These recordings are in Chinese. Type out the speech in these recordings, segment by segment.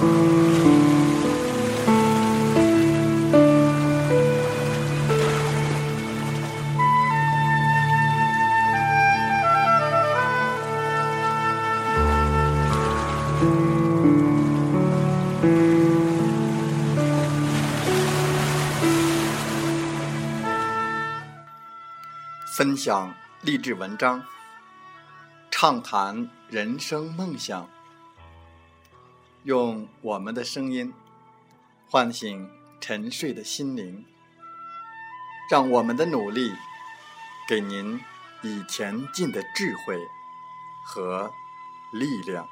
分享励志文章，畅谈人生梦想，用我们的声音唤醒沉睡的心灵，让我们的努力给您以前进的智慧和力量。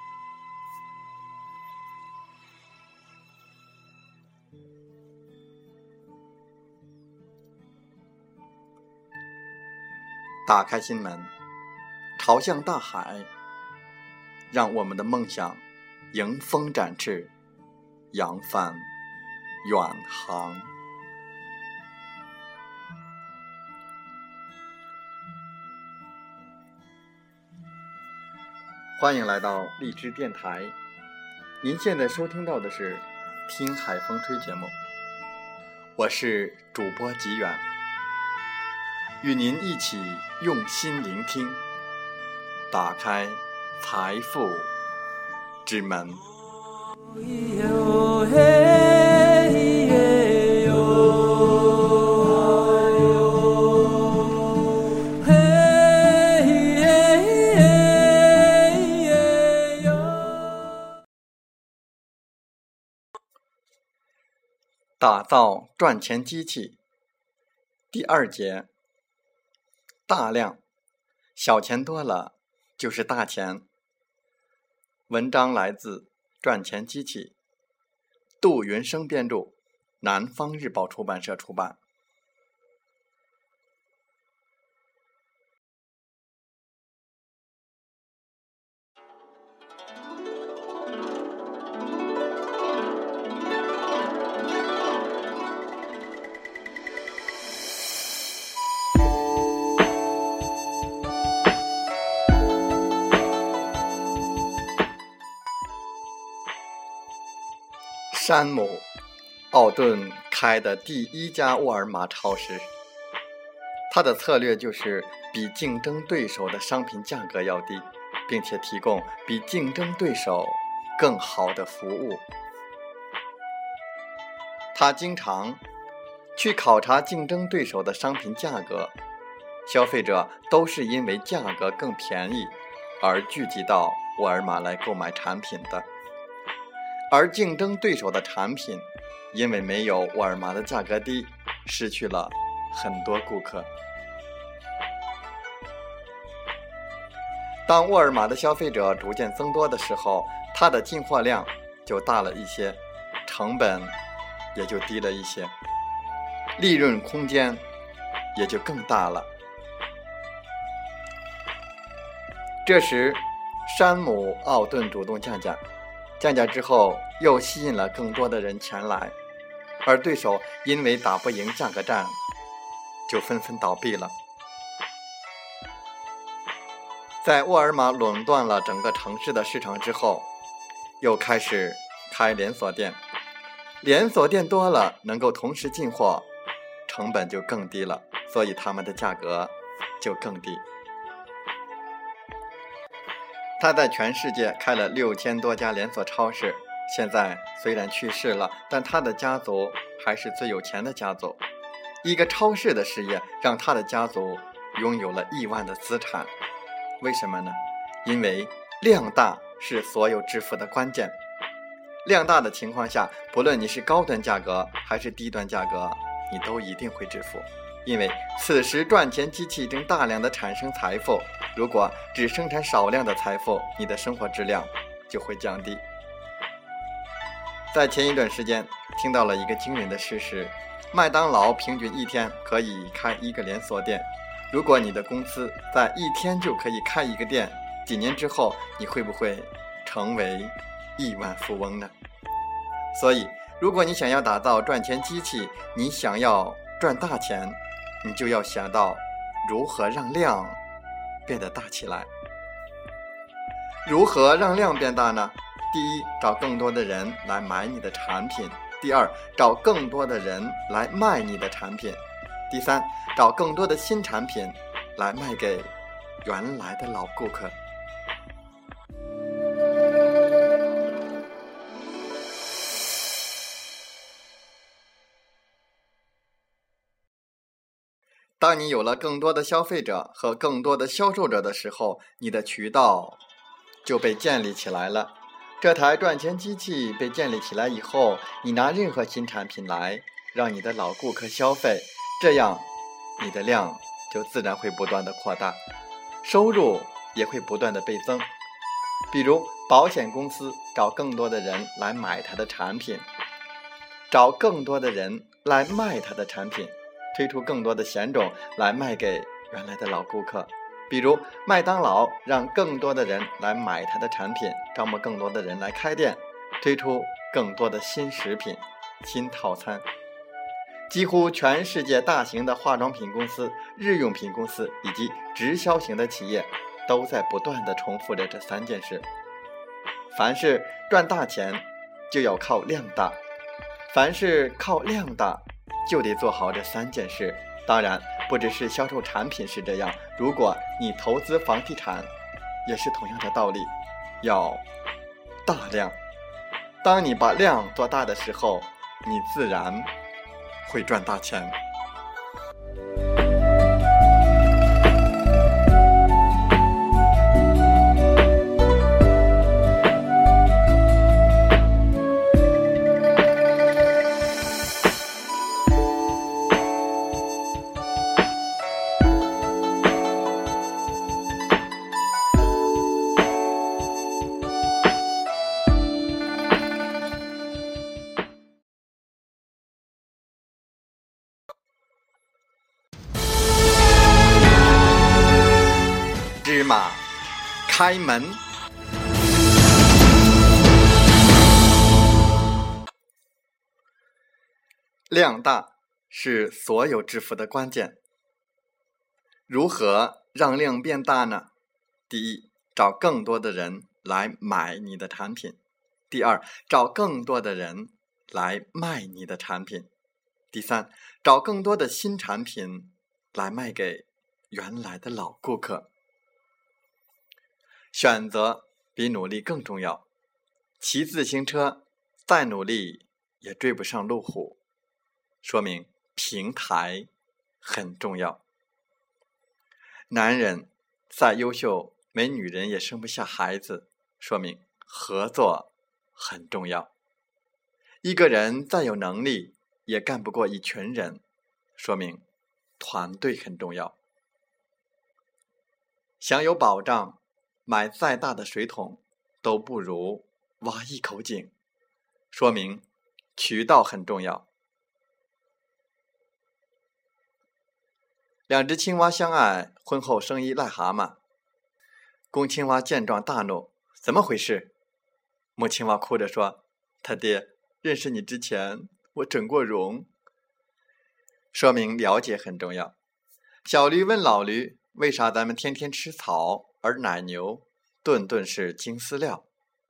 打开心门，朝向大海，让我们的梦想迎风展翅，扬帆远航。欢迎来到荔枝电台，您现在收听到的是听海风吹节目，我是主播吉远，与您一起用心聆听，打开财富之门。打造赚钱机器第2节，大量，小钱多了就是大钱。文章来自赚钱机器，杜云生编著，南方日报出版社出版。山姆·奥顿开的第1家沃尔玛超市，他的策略就是比竞争对手的商品价格要低，并且提供比竞争对手更好的服务。他经常去考察竞争对手的商品价格，消费者都是因为价格更便宜而聚集到沃尔玛来购买产品的。而竞争对手的产品因为没有沃尔玛的价格低，失去了很多顾客。当沃尔玛的消费者逐渐增多的时候，它的进货量就大了一些，成本也就低了一些，利润空间也就更大了。这时山姆·奥顿主动降价，降价之后又吸引了更多的人前来，而对手因为打不赢价格战，就纷纷倒闭了。在沃尔玛垄断了整个城市的市场之后，又开始开连锁店，连锁店多了，能够同时进货，成本就更低了，所以他们的价格就更低。他在全世界开了6000多家连锁超市，现在虽然去世了，但他的家族还是最有钱的家族。一个超市的事业让他的家族拥有了亿万的资产。为什么呢？因为量大是所有致富的关键。量大的情况下，不论你是高端价格还是低端价格，你都一定会致富。因为此时赚钱机器正大量的产生财富，如果只生产少量的财富，你的生活质量就会降低。在前一段时间听到了一个惊人的事实，麦当劳平均1天可以开1个连锁店。如果你的公司在1天就可以开1个店，几年之后你会不会成为亿万富翁呢？所以如果你想要打造赚钱机器，你想要赚大钱，你就要想到如何让量变得大起来。如何让量变大呢？ 第一，找更多的人来买你的产品；第二，找更多的人来卖你的产品；第三，找更多的新产品来卖给原来的老顾客。当你有了更多的消费者和更多的销售者的时候，你的渠道就被建立起来了。这台赚钱机器被建立起来以后，你拿任何新产品来让你的老顾客消费，这样你的量就自然会不断的扩大，收入也会不断的倍增。比如保险公司找更多的人来买它的产品，找更多的人来卖它的产品，推出更多的险种来卖给原来的老顾客。比如麦当劳让更多的人来买它的产品，招募更多的人来开店，推出更多的新食品、新套餐。几乎全世界大型的化妆品公司、日用品公司以及直销型的企业都在不断地重复着这3件事。凡是赚大钱就要靠量大，凡是靠量大就得做好这3件事。当然不只是销售产品是这样，如果你投资房地产也是同样的道理，要大量。当你把量做大的时候，你自然会赚大钱。芝麻开门。量大是所有致富的关键。如何让量变大呢？第一，找更多的人来买你的产品；第二，找更多的人来卖你的产品；第三，找更多的新产品来卖给原来的老顾客。选择比努力更重要。骑自行车再努力也追不上路虎，说明平台很重要。男人再优秀，没女人也生不下孩子，说明合作很重要。一个人再有能力，也干不过一群人，说明团队很重要。想有保障，买再大的水桶都不如挖一口井，说明渠道很重要。2只青蛙相爱，婚后生一癞蛤蟆。公青蛙见状大怒，怎么回事？母青蛙哭着说，他爹，认识你之前我整过容，说明了解很重要。小驴问老驴，为啥咱们天天吃草，而奶牛顿顿是金丝料？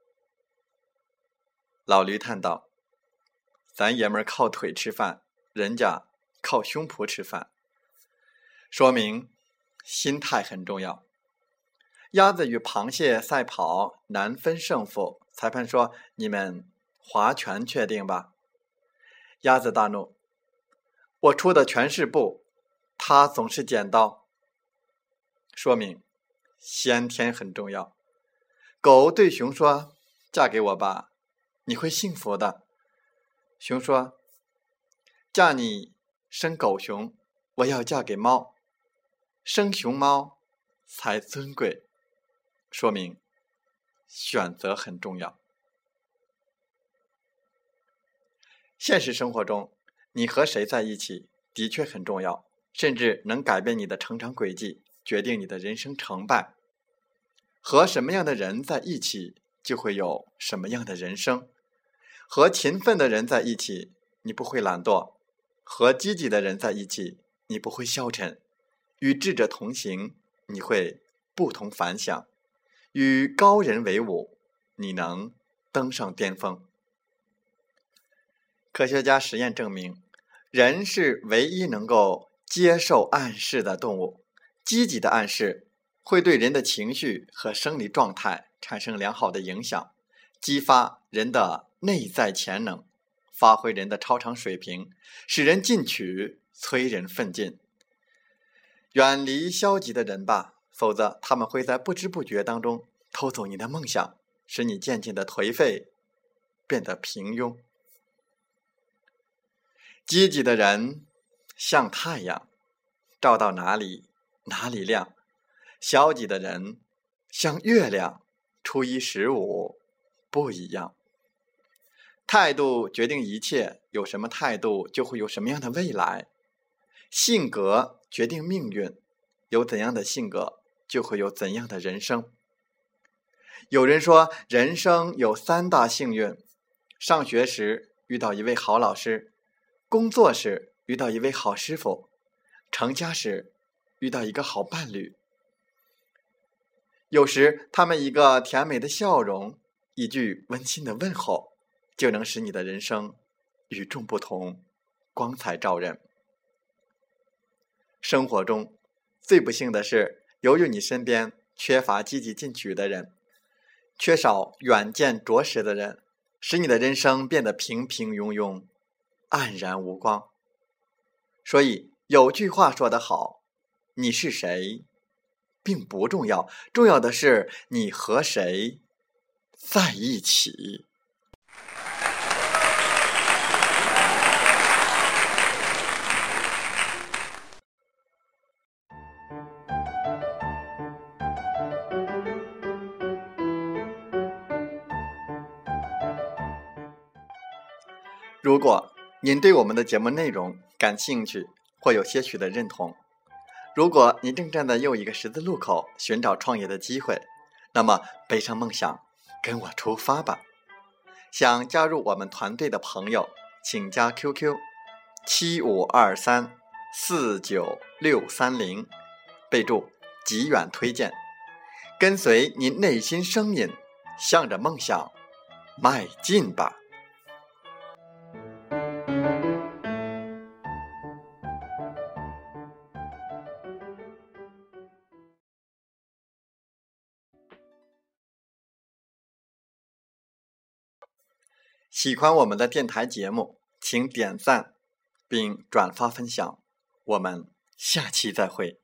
老驴叹道，咱爷们靠腿吃饭，人家靠胸脯吃饭，说明心态很重要。鸭子与螃蟹赛跑，难分胜负，裁判说，你们划拳确定吧？鸭子大怒，我出的全是布，他总是剪刀，说明先天很重要。狗对熊说，嫁给我吧，你会幸福的。熊说，嫁你生狗熊，我要嫁给猫，生熊猫才尊贵，说明选择很重要。现实生活中，你和谁在一起的确很重要，甚至能改变你的成长轨迹，决定你的人生成败。和什么样的人在一起，就会有什么样的人生。和勤奋的人在一起，你不会懒惰；和积极的人在一起，你不会消沉；与智者同行，你会不同凡响；与高人为伍，你能登上巅峰。科学家实验证明，人是唯一能够接受暗示的动物。积极的暗示会对人的情绪和生理状态产生良好的影响，激发人的内在潜能，发挥人的超常水平，使人进取，催人奋进。远离消极的人吧，否则他们会在不知不觉当中偷走你的梦想，使你渐渐的颓废，变得平庸。积极的人像太阳，照到哪里哪里亮；消极的人像月亮，初一十五不一样。态度决定一切，有什么态度就会有什么样的未来。性格决定命运，有怎样的性格就会有怎样的人生。有人说人生有3大幸运：上学时遇到一位好老师，工作时遇到一位好师傅，成家时遇到一个好伴侣。有时他们一个甜美的笑容，一句温馨的问候，就能使你的人生与众不同，光彩照人。生活中最不幸的是，由于你身边缺乏积极进取的人，缺少远见卓识的人，使你的人生变得平平庸庸，黯然无光。所以有句话说得好，你是谁并不重要，重要的是你和谁在一起。如果您对我们的节目内容感兴趣，或有些许的认同，如果您正站在又一个十字路口寻找创业的机会，那么背上梦想，跟我出发吧。想加入我们团队的朋友，请加 QQ 7523496630，备注极远推荐，跟随您内心声音，向着梦想迈进吧。喜欢我们的电台节目，请点赞并转发分享，我们下期再会。